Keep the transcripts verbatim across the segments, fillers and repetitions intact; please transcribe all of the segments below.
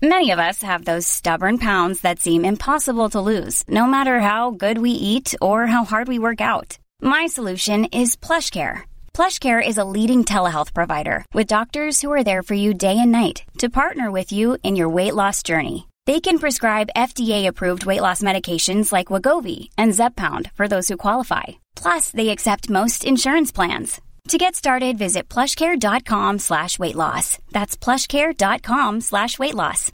Many of us have those stubborn pounds that seem impossible to lose, no matter how good we eat or how hard we work out. My solution is PlushCare. PlushCare is a leading telehealth provider with doctors who are there for you day and night to partner with you in your weight loss journey. They can prescribe F D A-approved weight loss medications like Wegovy and Zepbound for those who qualify. Plus, they accept most insurance plans. To get started, visit plushcare.com slash weight loss. That's plushcare.com slash weight loss.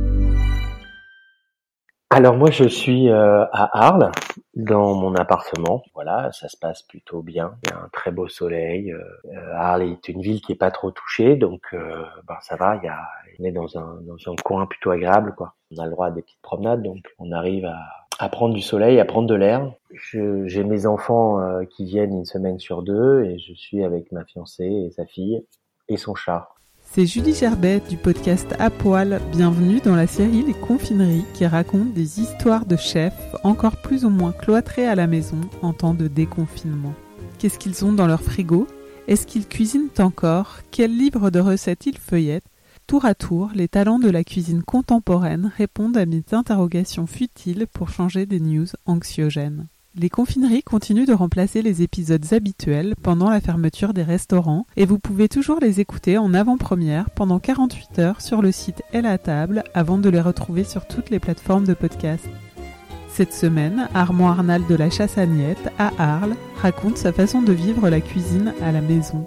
Alors moi je suis euh, à Arles, dans mon appartement. Voilà, ça se passe plutôt bien. Il y a un très beau soleil. Euh, Arles est une ville qui est pas trop touchée, donc euh, ben ça va. Il y a, on est dans un dans un coin plutôt agréable, quoi. On a le droit à des petites promenades, donc on arrive à à prendre du soleil, à prendre de l'air. Je, j'ai mes enfants euh, qui viennent une semaine sur deux et je suis avec ma fiancée et sa fille et son chat. C'est Julie Gerbet du podcast À Poil. Bienvenue dans la série Les Confineries qui raconte des histoires de chefs encore plus ou moins cloîtrés à la maison en temps de déconfinement. Qu'est-ce qu'ils ont dans leur frigo ? Est-ce qu'ils cuisinent encore ? Quels livres de recettes ils feuillettent ? Tour à tour, les talents de la cuisine contemporaine répondent à mes interrogations futiles pour changer des news anxiogènes. Les confineries continuent de remplacer les épisodes habituels pendant la fermeture des restaurants et vous pouvez toujours les écouter en avant-première pendant quarante-huit heures sur le site Elle à table avant de les retrouver sur toutes les plateformes de podcast. Cette semaine, Armand Arnal de la Chassagnette à Arles raconte sa façon de vivre la cuisine à la maison.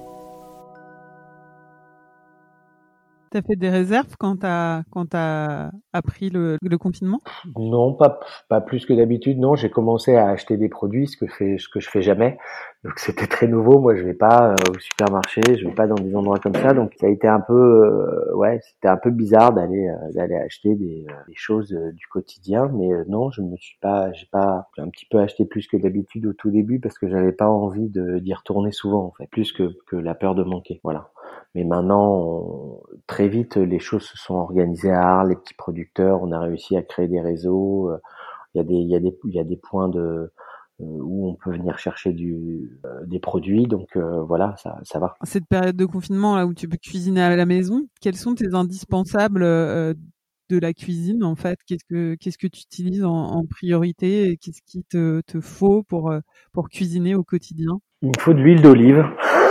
T'as fait des réserves quand t'as quand t'as appris le, le confinement ? Non, pas pas plus que d'habitude. Non, j'ai commencé à acheter des produits, ce que je fais ce que je fais jamais. Donc c'était très nouveau. Moi, je vais pas euh, au supermarché, je vais pas dans des endroits comme ça. Donc ça a été un peu euh, ouais, c'était un peu bizarre d'aller euh, d'aller acheter des, euh, des choses euh, du quotidien. Mais euh, non, je me suis pas, j'ai pas, j'ai un petit peu acheté plus que d'habitude au tout début parce que j'avais pas envie de d'y retourner souvent en fait, plus que que la peur de manquer. Voilà. Mais maintenant, on, très vite, les choses se sont organisées à Arles, les petits producteurs, on a réussi à créer des réseaux. Il y a des, il y a des, il y a des points de où on peut venir chercher du, euh, des produits. Donc euh, voilà, ça, ça va. Cette période de confinement là où tu peux cuisiner à la maison, quels sont tes indispensables euh, de la cuisine en fait ? Qu'est-ce que, qu'est-ce que tu utilises en, en priorité et qu'est-ce qui te, te faut pour pour cuisiner au quotidien ? Il me faut de l'huile d'olive.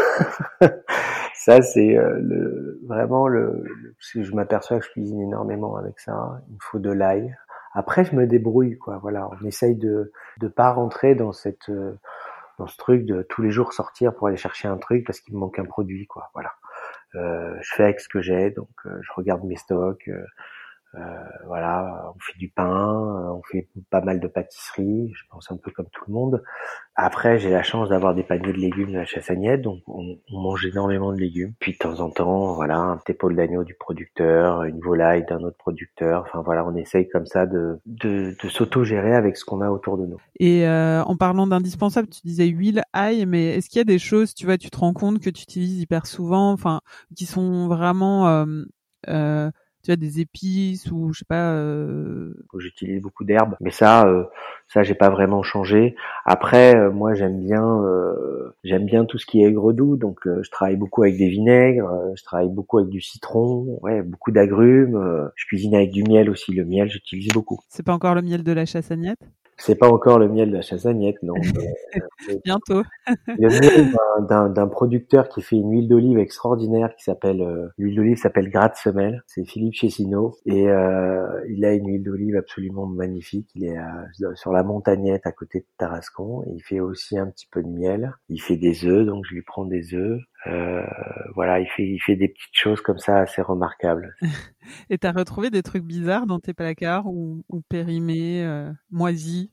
Ça, c'est euh, le, vraiment le, le, parce que je m'aperçois que je cuisine énormément avec ça. Il me faut de l'ail. Après, je me débrouille, quoi. Voilà, on essaye de de pas rentrer dans cette euh, dans ce truc de tous les jours sortir pour aller chercher un truc parce qu'il me manque un produit, quoi. Voilà. Euh, je fais avec ce que j'ai, donc euh, je regarde mes stocks. Euh, Euh, voilà, on fait du pain, on fait pas mal de pâtisserie, je pense un peu comme tout le monde. Après, j'ai la chance d'avoir des paniers de légumes de la Chassagnette, donc on, on mange énormément de légumes. Puis de temps en temps, voilà, un épaule d'agneau du producteur, une volaille d'un autre producteur. Enfin voilà, on essaye comme ça de de, de s'auto-gérer avec ce qu'on a autour de nous. Et euh, en parlant d'indispensable, tu disais huile, ail, mais est-ce qu'il y a des choses, tu vois, tu te rends compte que tu utilises hyper souvent, enfin, qui sont vraiment euh, euh, tu as des épices ou je sais pas. Euh... J'utilise beaucoup d'herbes, mais ça, euh, ça j'ai pas vraiment changé. Après, euh, moi j'aime bien, euh, j'aime bien tout ce qui est aigre-doux, donc euh, je travaille beaucoup avec des vinaigres, euh, je travaille beaucoup avec du citron, ouais, beaucoup d'agrumes. Euh, je cuisine avec du miel aussi. Le miel, j'utilise beaucoup. C'est pas encore le miel de la Chassagnette ? C'est pas encore le miel de la Chassagnette, non. Mais, bientôt. Le miel d'un, d'un, d'un producteur qui fait une huile d'olive extraordinaire qui s'appelle, euh, l'huile d'olive s'appelle Gratte-Semelle. C'est Philippe Chessino et euh, il a une huile d'olive absolument magnifique. Il est à, sur la Montagnette à côté de Tarascon. Et il fait aussi un petit peu de miel. Il fait des œufs, donc je lui prends des œufs. Euh, voilà, il fait, il fait des petites choses comme ça assez remarquables. Et t'as retrouvé des trucs bizarres dans tes placards ou, ou périmés, euh, moisis?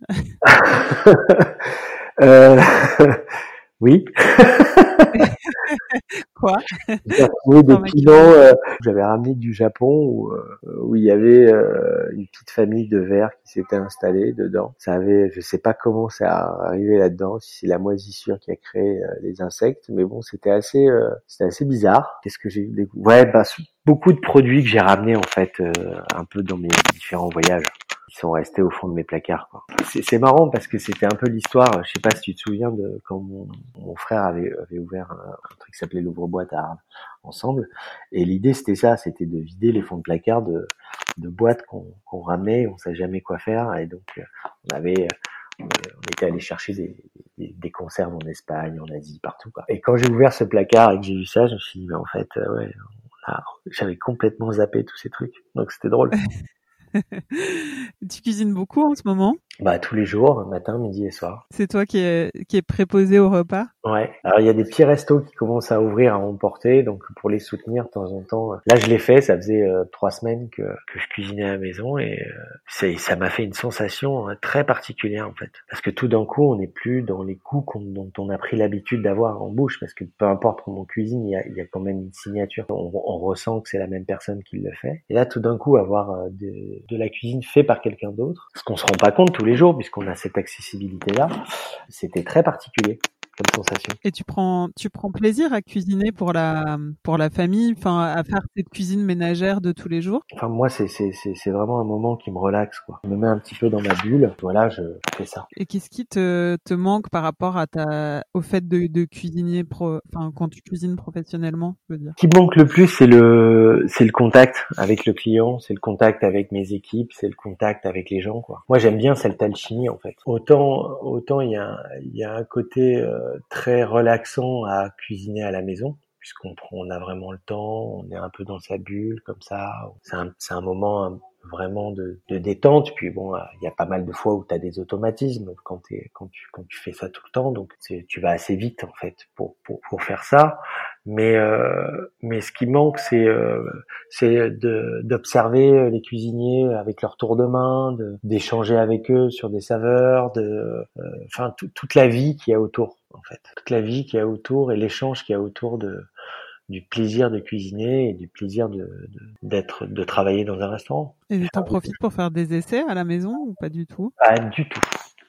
euh, oui. Quoi? J'ai retrouvé des pilons euh, que j'avais ramené du Japon où, euh, où il y avait euh, une petite famille de vers qui s'était installée dedans. Ça avait, je sais pas comment ça arrivé là-dedans, si c'est la moisissure qui a créé euh, les insectes, mais bon, c'était assez, euh, c'était assez bizarre. Qu'est-ce que j'ai découvert? Ouais, bah beaucoup de produits que j'ai ramenés en fait, euh, un peu dans mes différents voyages. Ils sont restés au fond de mes placards, quoi. C'est, c'est marrant parce que c'était un peu l'histoire. Je sais pas si tu te souviens de quand mon, mon frère avait, avait ouvert un, un truc qui s'appelait l'ouvre-boîte à Arles ensemble. Et l'idée c'était ça, c'était de vider les fonds de placard de, de boîtes qu'on, qu'on ramenait, on savait jamais quoi faire, et donc euh, on avait, on, on était allé chercher des, des, des conserves en Espagne, en Asie, partout, quoi. Et quand j'ai ouvert ce placard et que j'ai vu ça, je me suis dit, mais en fait, euh, ouais, on a, j'avais complètement zappé tous ces trucs, donc c'était drôle. Tu cuisines beaucoup en ce moment? Bah tous les jours, matin, midi et soir. C'est toi qui est qui est préposé au repas? Ouais. Alors il y a des petits restos qui commencent à ouvrir à emporter, donc pour les soutenir de temps en temps. Là je l'ai fait, ça faisait euh, trois semaines que que je cuisinais à la maison et euh, c'est, ça m'a fait une sensation euh, très particulière en fait, parce que tout d'un coup on n'est plus dans les goûts qu'on, dont on a pris l'habitude d'avoir en bouche, parce que peu importe comment on cuisine, il y a il y a quand même une signature. On, on ressent que c'est la même personne qui le fait. Et là tout d'un coup avoir euh, de, de la cuisine faite par quelqu'un d'autre, ce qu'on se rend pas compte tous les jours puisqu'on a cette accessibilité là, c'était très particulier comme sensation. Et tu prends tu prends plaisir à cuisiner pour la pour la famille, enfin à faire cette cuisine ménagère de tous les jours? Enfin moi c'est c'est c'est c'est vraiment un moment qui me relaxe quoi. Je me mets un petit peu dans ma bulle. Voilà, je fais ça. Et qu'est-ce qui te te manque par rapport à ta au fait de de cuisiner pro enfin quand tu cuisines professionnellement, je veux dire? Ce qui me manque le plus c'est le c'est le contact avec le client, c'est le contact avec mes équipes, c'est le contact avec les gens quoi. Moi j'aime bien cette alchimie en fait. Autant autant il y a il y a un côté euh, très relaxant à cuisiner à la maison, puisqu'on prend, on a vraiment le temps, on est un peu dans sa bulle comme ça. C'est un, c'est un moment un, vraiment de, de détente. Puis bon, il y a pas mal de fois où tu as des automatismes quand, t'es, quand tu quand tu fais ça tout le temps, donc c'est, tu vas assez vite en fait pour pour pour faire ça. Mais euh, mais ce qui manque, c'est euh, c'est de d'observer les cuisiniers avec leur tour de main, de, d'échanger avec eux sur des saveurs, de enfin euh, toute la vie qu'il y a autour en fait, toute la vie qu'il y a autour et l'échange qu'il y a autour de du plaisir de cuisiner et du plaisir de, de d'être de travailler dans un restaurant. Et t'en profites pour faire des essais à la maison ou pas du tout? Pas du tout.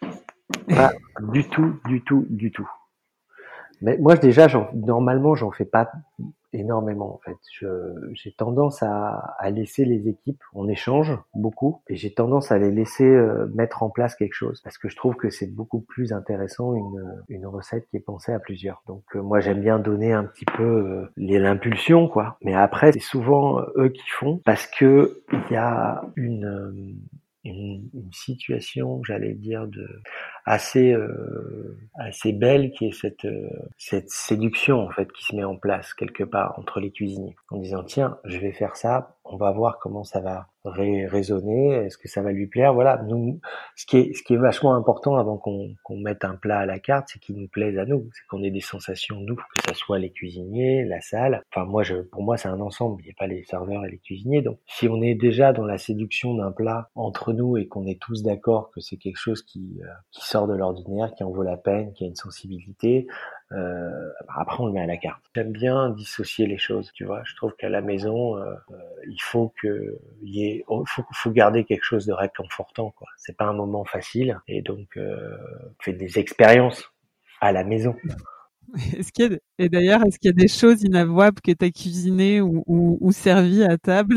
Pas du tout, du tout, du tout. Mais moi déjà, j'en, normalement, j'en fais pas énormément en fait. Je, j'ai tendance à, à laisser les équipes, on échange beaucoup, et j'ai tendance à les laisser euh, mettre en place quelque chose, parce que je trouve que c'est beaucoup plus intéressant une, une recette qui est pensée à plusieurs. Donc euh, moi j'aime bien donner un petit peu euh, les, l'impulsion quoi. Mais après c'est souvent eux qui font, parce que il y a une euh, Une, une situation, j'allais dire, de assez euh, assez belle, qui est cette euh, cette séduction en fait qui se met en place quelque part entre les cuisiniers, en disant tiens, je vais faire ça, on va voir comment ça va ré- résonner, est-ce que ça va lui plaire. Voilà, nous, ce qui est ce qui est vachement important avant qu'on qu'on mette un plat à la carte, c'est qu'il nous plaise à nous, c'est qu'on ait des sensations nous, que ça soit les cuisiniers, la salle. Enfin moi, je pour moi c'est un ensemble, il n'y a pas les serveurs et les cuisiniers. Donc si on est déjà dans la séduction d'un plat entre nous et qu'on est tous d'accord que c'est quelque chose qui euh, qui sort de l'ordinaire, qui en vaut la peine, qui a une sensibilité, euh, après on le met à la carte. J'aime bien dissocier les choses, tu vois. Je trouve qu'à la maison, euh, euh, il faut que il y ait, faut, faut garder quelque chose de réconfortant, quoi. C'est pas un moment facile, et donc euh, fais des expériences à la maison. Est-ce qu'il y a, et d'ailleurs, est-ce qu'il y a des choses inavouables que tu as cuisinées ou, ou, ou servies à table?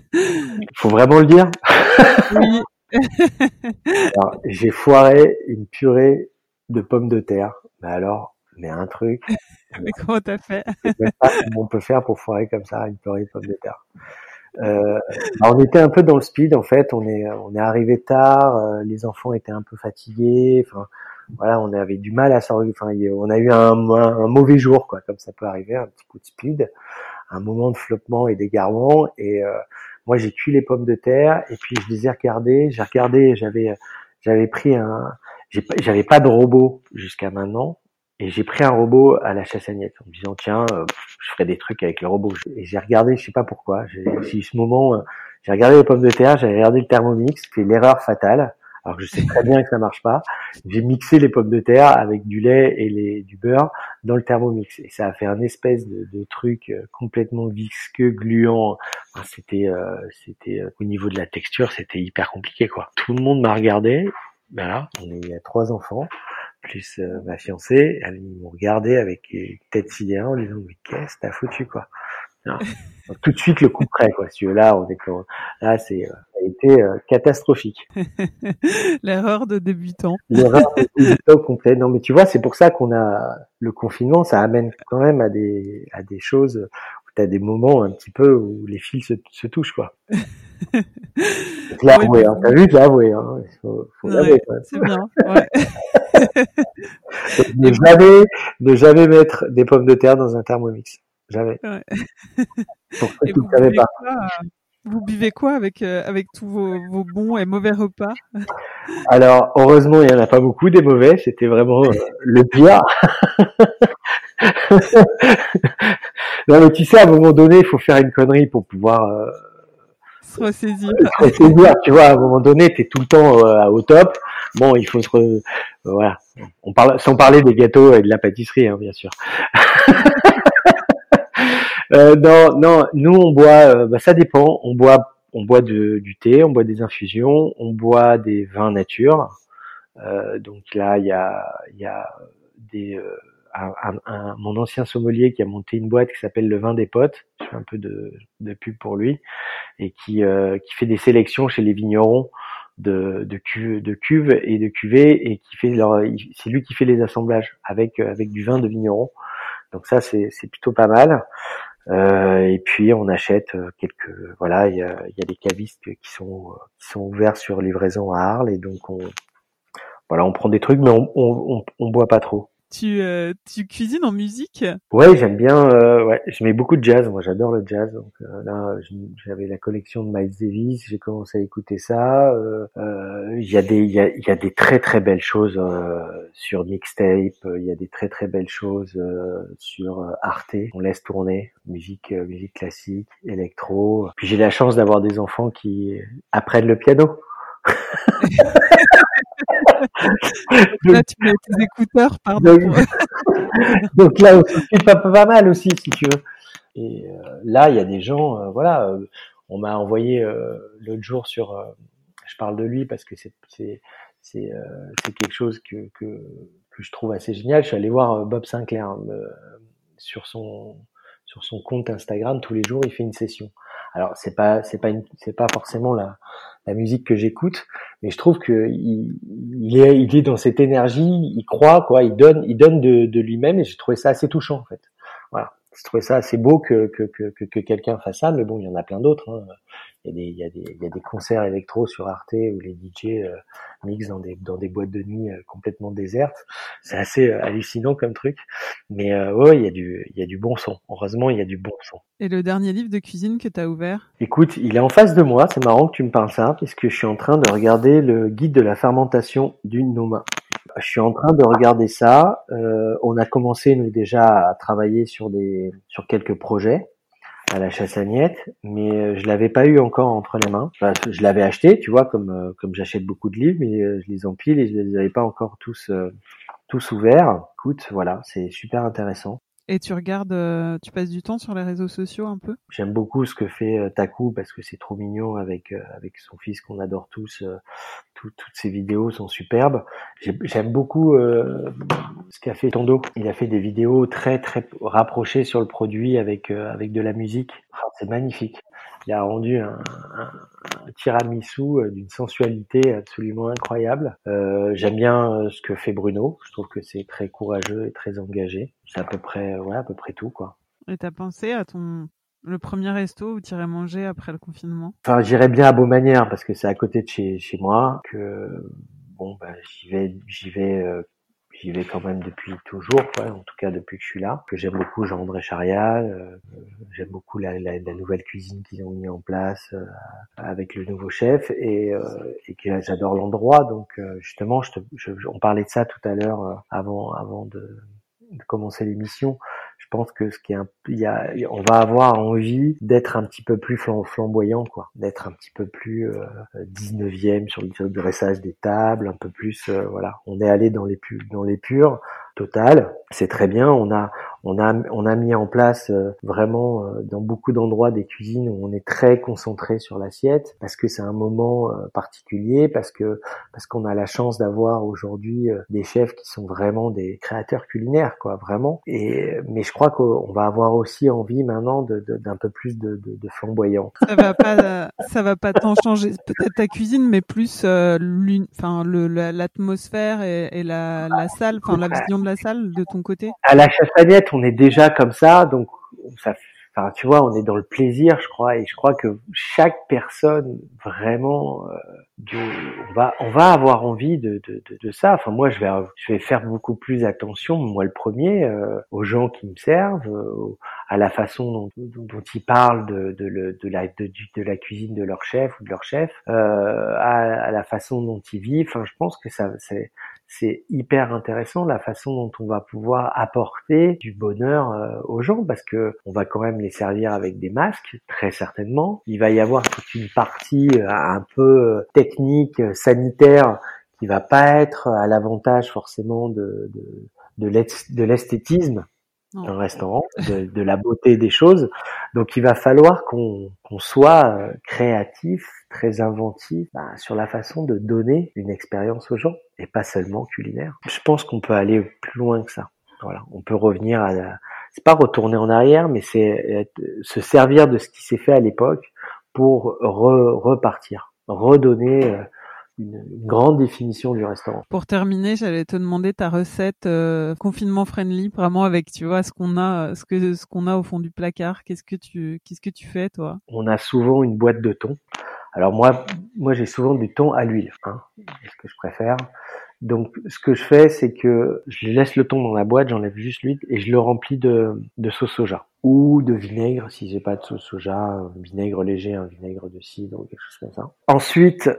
Faut vraiment le dire. Oui. Alors, j'ai foiré une purée de pommes de terre. Mais alors, mais un truc. Mais comment t'as fait? Je sais même pas comment on peut faire pour foirer comme ça une purée de pommes de terre. Euh, bah on était un peu dans le speed en fait. On est on est arrivé tard. Euh, les enfants étaient un peu fatigués. Enfin voilà, on avait du mal à s'organiser. Enfin, on a eu un, un, un mauvais jour quoi, comme ça peut arriver, un petit coup de speed, un moment de flottement et d'égarement. Et euh, moi j'ai cuit les pommes de terre et puis je les ai regardées. J'ai regardé, j'avais j'avais pris un, j'ai, j'avais pas de robot jusqu'à maintenant. Et j'ai pris un robot à la chassagnette en me disant tiens, euh, je ferai des trucs avec le robot. Et j'ai regardé, je sais pas pourquoi, j'ai, j'ai eu ce moment, euh, j'ai regardé les pommes de terre, j'ai regardé le Thermomix, c'est l'erreur fatale. Alors que je sais très bien que ça marche pas. J'ai mixé les pommes de terre avec du lait et les, du beurre dans le Thermomix et ça a fait un espèce de, de truc complètement visqueux, gluant. Enfin, c'était, euh, c'était euh, au niveau de la texture, c'était hyper compliqué quoi. Tout le monde m'a regardé. Voilà, on est, il y a trois enfants. Plus euh, ma fiancée, elle m'ont regardé avec une tête sidérée en disant mais qu'est-ce que t'as foutu quoi. Non. Donc, tout de suite le coup près quoi. Si là on est là c'est euh, ça a été euh, catastrophique. L'erreur de débutant. L'erreur de débutant complet. Non mais tu vois c'est pour ça qu'on a le confinement, ça amène quand même à des à des choses où t'as des moments un petit peu où les fils se, se touchent quoi. Je l'ai avoué, hein. T'as vu, je l'ai avoué, hein. Il faut, faut l'avouer, Ouais, quand même. c'est bien. Ouais. Ne jamais, ne jamais mettre des pommes de terre dans un Thermomix. Jamais. Ouais. Pour ceux Et qui vous ne savaient buvez pas. quoi, euh, vous buvez quoi avec euh, avec tous vos, vos bons et mauvais repas? Alors, heureusement, il y en a pas beaucoup des mauvais. C'était vraiment euh, le pire. Non, mais tu sais, à un moment donné, il faut faire une connerie pour pouvoir euh, Se ressaisir. se ressaisir. Tu vois, à un moment donné, t'es tout le temps euh, au top. Bon, il faut se re... euh, voilà. On parle sans parler des gâteaux et de la pâtisserie, hein, bien sûr. euh, non, non. Nous, on boit. Euh, bah, ça dépend. On boit, on boit de, du thé, on boit des infusions, on boit des vins nature. Euh, donc là, il y a, il y a des euh, un, un, un, mon ancien sommelier qui a monté une boîte qui s'appelle Le Vin des Potes. Je fais un peu de, de pub pour lui et qui euh, qui fait des sélections chez les vignerons de de cuves de cuves et de cuvées et qui fait leur c'est lui qui fait les assemblages avec avec du vin de vigneron. Donc ça c'est c'est plutôt pas mal. Euh, et puis on achète quelques voilà, il y a il y a des cavistes qui sont qui sont ouverts sur livraison à Arles et donc on voilà, on prend des trucs mais on on on, on boit pas trop. Tu euh, tu cuisines en musique? Ouais, j'aime bien. Euh, ouais, je mets beaucoup de jazz. Moi, j'adore le jazz. Donc euh, là, j'avais la collection de Miles Davis. J'ai commencé à écouter ça. Il euh, euh, y a des, il y a, y a des très très belles choses euh, sur mixtape. Il y a des très très belles choses euh, sur Arte. On laisse tourner musique, euh, musique classique, électro. Puis j'ai la chance d'avoir des enfants qui apprennent le piano. Donc là, tu mets tes écouteurs, pardon. Donc, donc là, c'est pas, pas mal aussi, si tu veux. Et euh, là, il y a des gens, euh, voilà, euh, on m'a envoyé euh, l'autre jour sur, euh, je parle de lui parce que c'est c'est c'est euh, c'est quelque chose que que que je trouve assez génial. Je suis allé voir euh, Bob Sinclair euh, sur son sur son compte Instagram. Tous les jours, il fait une session. Alors c'est pas c'est pas une, c'est pas forcément la la musique que j'écoute, mais je trouve que il, il est il est dans cette énergie, il croit quoi, il donne il donne de de lui-même et j'ai trouvé ça assez touchant en fait. Voilà, j'ai trouvé ça assez beau que que que que, que quelqu'un fasse ça, mais bon, il y en a plein d'autres hein. Il y a des il y a des il y a des concerts électro sur Arte où les D J euh, mixent dans des dans des boîtes de nuit euh, complètement désertes. C'est assez euh, hallucinant comme truc, mais euh, ouais, il y a du il y a du bon son. Heureusement, il y a du bon son. Et le dernier livre de cuisine que tu as ouvert? Écoute, il est en face de moi, c'est marrant que tu me parles ça, puisque je suis en train de regarder le guide de la fermentation du Noma. Je suis en train de regarder ça. Euh, on a commencé, nous, déjà à travailler sur des sur quelques projets à la Chassagnette, mais je l'avais pas eu encore entre les mains. Enfin, je l'avais acheté, tu vois, comme comme j'achète beaucoup de livres, mais je les empile et je les avais pas encore tous euh, tous ouverts. Écoute, voilà, c'est super intéressant. Et tu regardes, euh, tu passes du temps sur les réseaux sociaux un peu? J'aime beaucoup ce que fait euh, Taku parce que c'est trop mignon avec euh, avec son fils qu'on adore tous. Euh, tout, toutes ses vidéos sont superbes. J'ai, j'aime beaucoup euh, ce qu'a fait Tondo. Il a fait des vidéos très très rapprochées sur le produit avec euh, avec de la musique. Oh, c'est magnifique. Il a rendu un, un, un tiramisu d'une sensualité absolument incroyable. Euh, j'aime bien ce que fait Bruno. Je trouve que c'est très courageux et très engagé. C'est à peu près, ouais, à peu près tout, quoi. Et t'as pensé à ton le premier resto où t'irais manger après le confinement? Enfin, j'irais bien à Beaumanière parce que c'est à côté de chez chez moi. Que bon, bah j'y vais, j'y vais. Euh, J'y vais quand même depuis toujours, quoi, en tout cas depuis que je suis là. Que j'aime beaucoup Jean-André Charial, euh, j'aime beaucoup la, la, la nouvelle cuisine qu'ils ont mis en place euh, avec le nouveau chef et, euh, et que j'adore l'endroit. Donc euh, justement, je te, je, on parlait de ça tout à l'heure euh, avant avant de, de commencer l'émission. Je pense que ce qui est un, il y a, on va avoir envie d'être un petit peu plus flamboyant, quoi, d'être un petit peu plus euh, dix-neuvième sur le dressage des tables, un peu plus, euh, voilà. On est allé dans les purs, dans les purs, total. C'est très bien. On a, on a, on a mis en place euh, vraiment euh, dans beaucoup d'endroits des cuisines où on est très concentré sur l'assiette parce que c'est un moment euh, particulier, parce que parce qu'on a la chance d'avoir aujourd'hui euh, des chefs qui sont vraiment des créateurs culinaires, quoi, vraiment. Et mais je crois qu'on va avoir aussi envie maintenant de, de, d'un peu plus de, de, de flamboyant. Ça va pas, ça va pas tant changer peut-être ta cuisine, mais plus euh, enfin le, la, l'atmosphère et, et la, la salle, enfin la vision de la salle de ton côté. À la Chassagnette, on est déjà comme ça, donc ça, enfin, tu vois, on est dans le plaisir, je crois, et je crois que chaque personne vraiment, euh, de, on va, on va avoir envie de, de, de, de ça. Enfin, moi, je vais, je vais faire beaucoup plus attention, moi le premier, euh, aux gens qui me servent, euh, à la façon dont, dont, dont ils parlent de, de, de, de la, de, de la cuisine de leur chef ou de leur chef, euh, à, à la façon dont ils vivent. Enfin, je pense que ça, c'est, c'est hyper intéressant la façon dont on va pouvoir apporter du bonheur euh, aux gens, parce que on va quand même les servir avec des masques, très certainement. Il va y avoir toute une partie euh, un peu technique, sanitaire, qui va pas être à l'avantage forcément de de, de l'esthétisme d'un restaurant, de, de la beauté des choses. Donc il va falloir qu'on, qu'on soit créatif, très inventif bah, sur la façon de donner une expérience aux gens, et pas seulement culinaire. Je pense qu'on peut aller plus loin que ça. Voilà, on peut revenir à la... c'est pas retourner en arrière, mais c'est être... se servir de ce qui s'est fait à l'époque pour re... repartir, redonner euh, une, une grande définition du restaurant. Pour terminer, j'allais te demander ta recette euh, confinement friendly, vraiment avec, tu vois, ce qu'on a, ce que ce qu'on a au fond du placard. Qu'est-ce que tu, qu'est-ce que tu fais, toi? On a souvent une boîte de thon. Alors moi, moi j'ai souvent du thon à l'huile, hein, c'est ce que je préfère. Donc ce que je fais, c'est que je laisse le thon dans la boîte, j'enlève juste l'huile et je le remplis de, de sauce soja ou de vinaigre si j'ai pas de sauce soja, un vinaigre léger, un vinaigre de cidre ou quelque chose comme ça. Ensuite,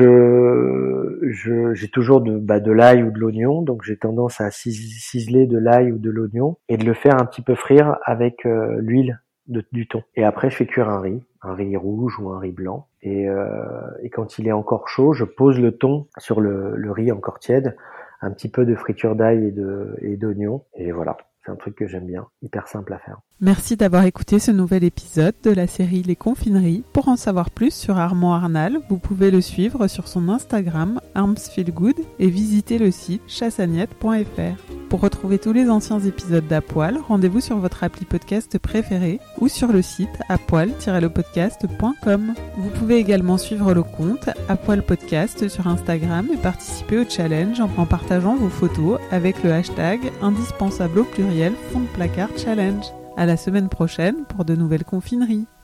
je, je j'ai toujours de, bah, de l'ail ou de l'oignon, donc j'ai tendance à ciseler de l'ail ou de l'oignon et de le faire un petit peu frire avec euh, l'huile de, du thon. Et après, je fais cuire un riz, un riz rouge ou un riz blanc. Et, euh, et quand il est encore chaud, je pose le thon sur le, le riz encore tiède, un petit peu de friture d'ail et de et d'oignon. Et voilà, c'est un truc que j'aime bien, hyper simple à faire. Merci d'avoir écouté ce nouvel épisode de la série Les Confineries. Pour en savoir plus sur Armand Arnal, vous pouvez le suivre sur son Instagram armsfeelgood et visiter le site chassagnette point f r. Pour retrouver tous les anciens épisodes d'Apoil, rendez-vous sur votre appli podcast préféré ou sur le site apoil tiret le podcast point com. Vous pouvez également suivre le compte Apoil Podcast sur Instagram et participer au challenge en partageant vos photos avec le hashtag indispensable au pluriel fond de placard challenge. À la semaine prochaine pour de nouvelles confineries.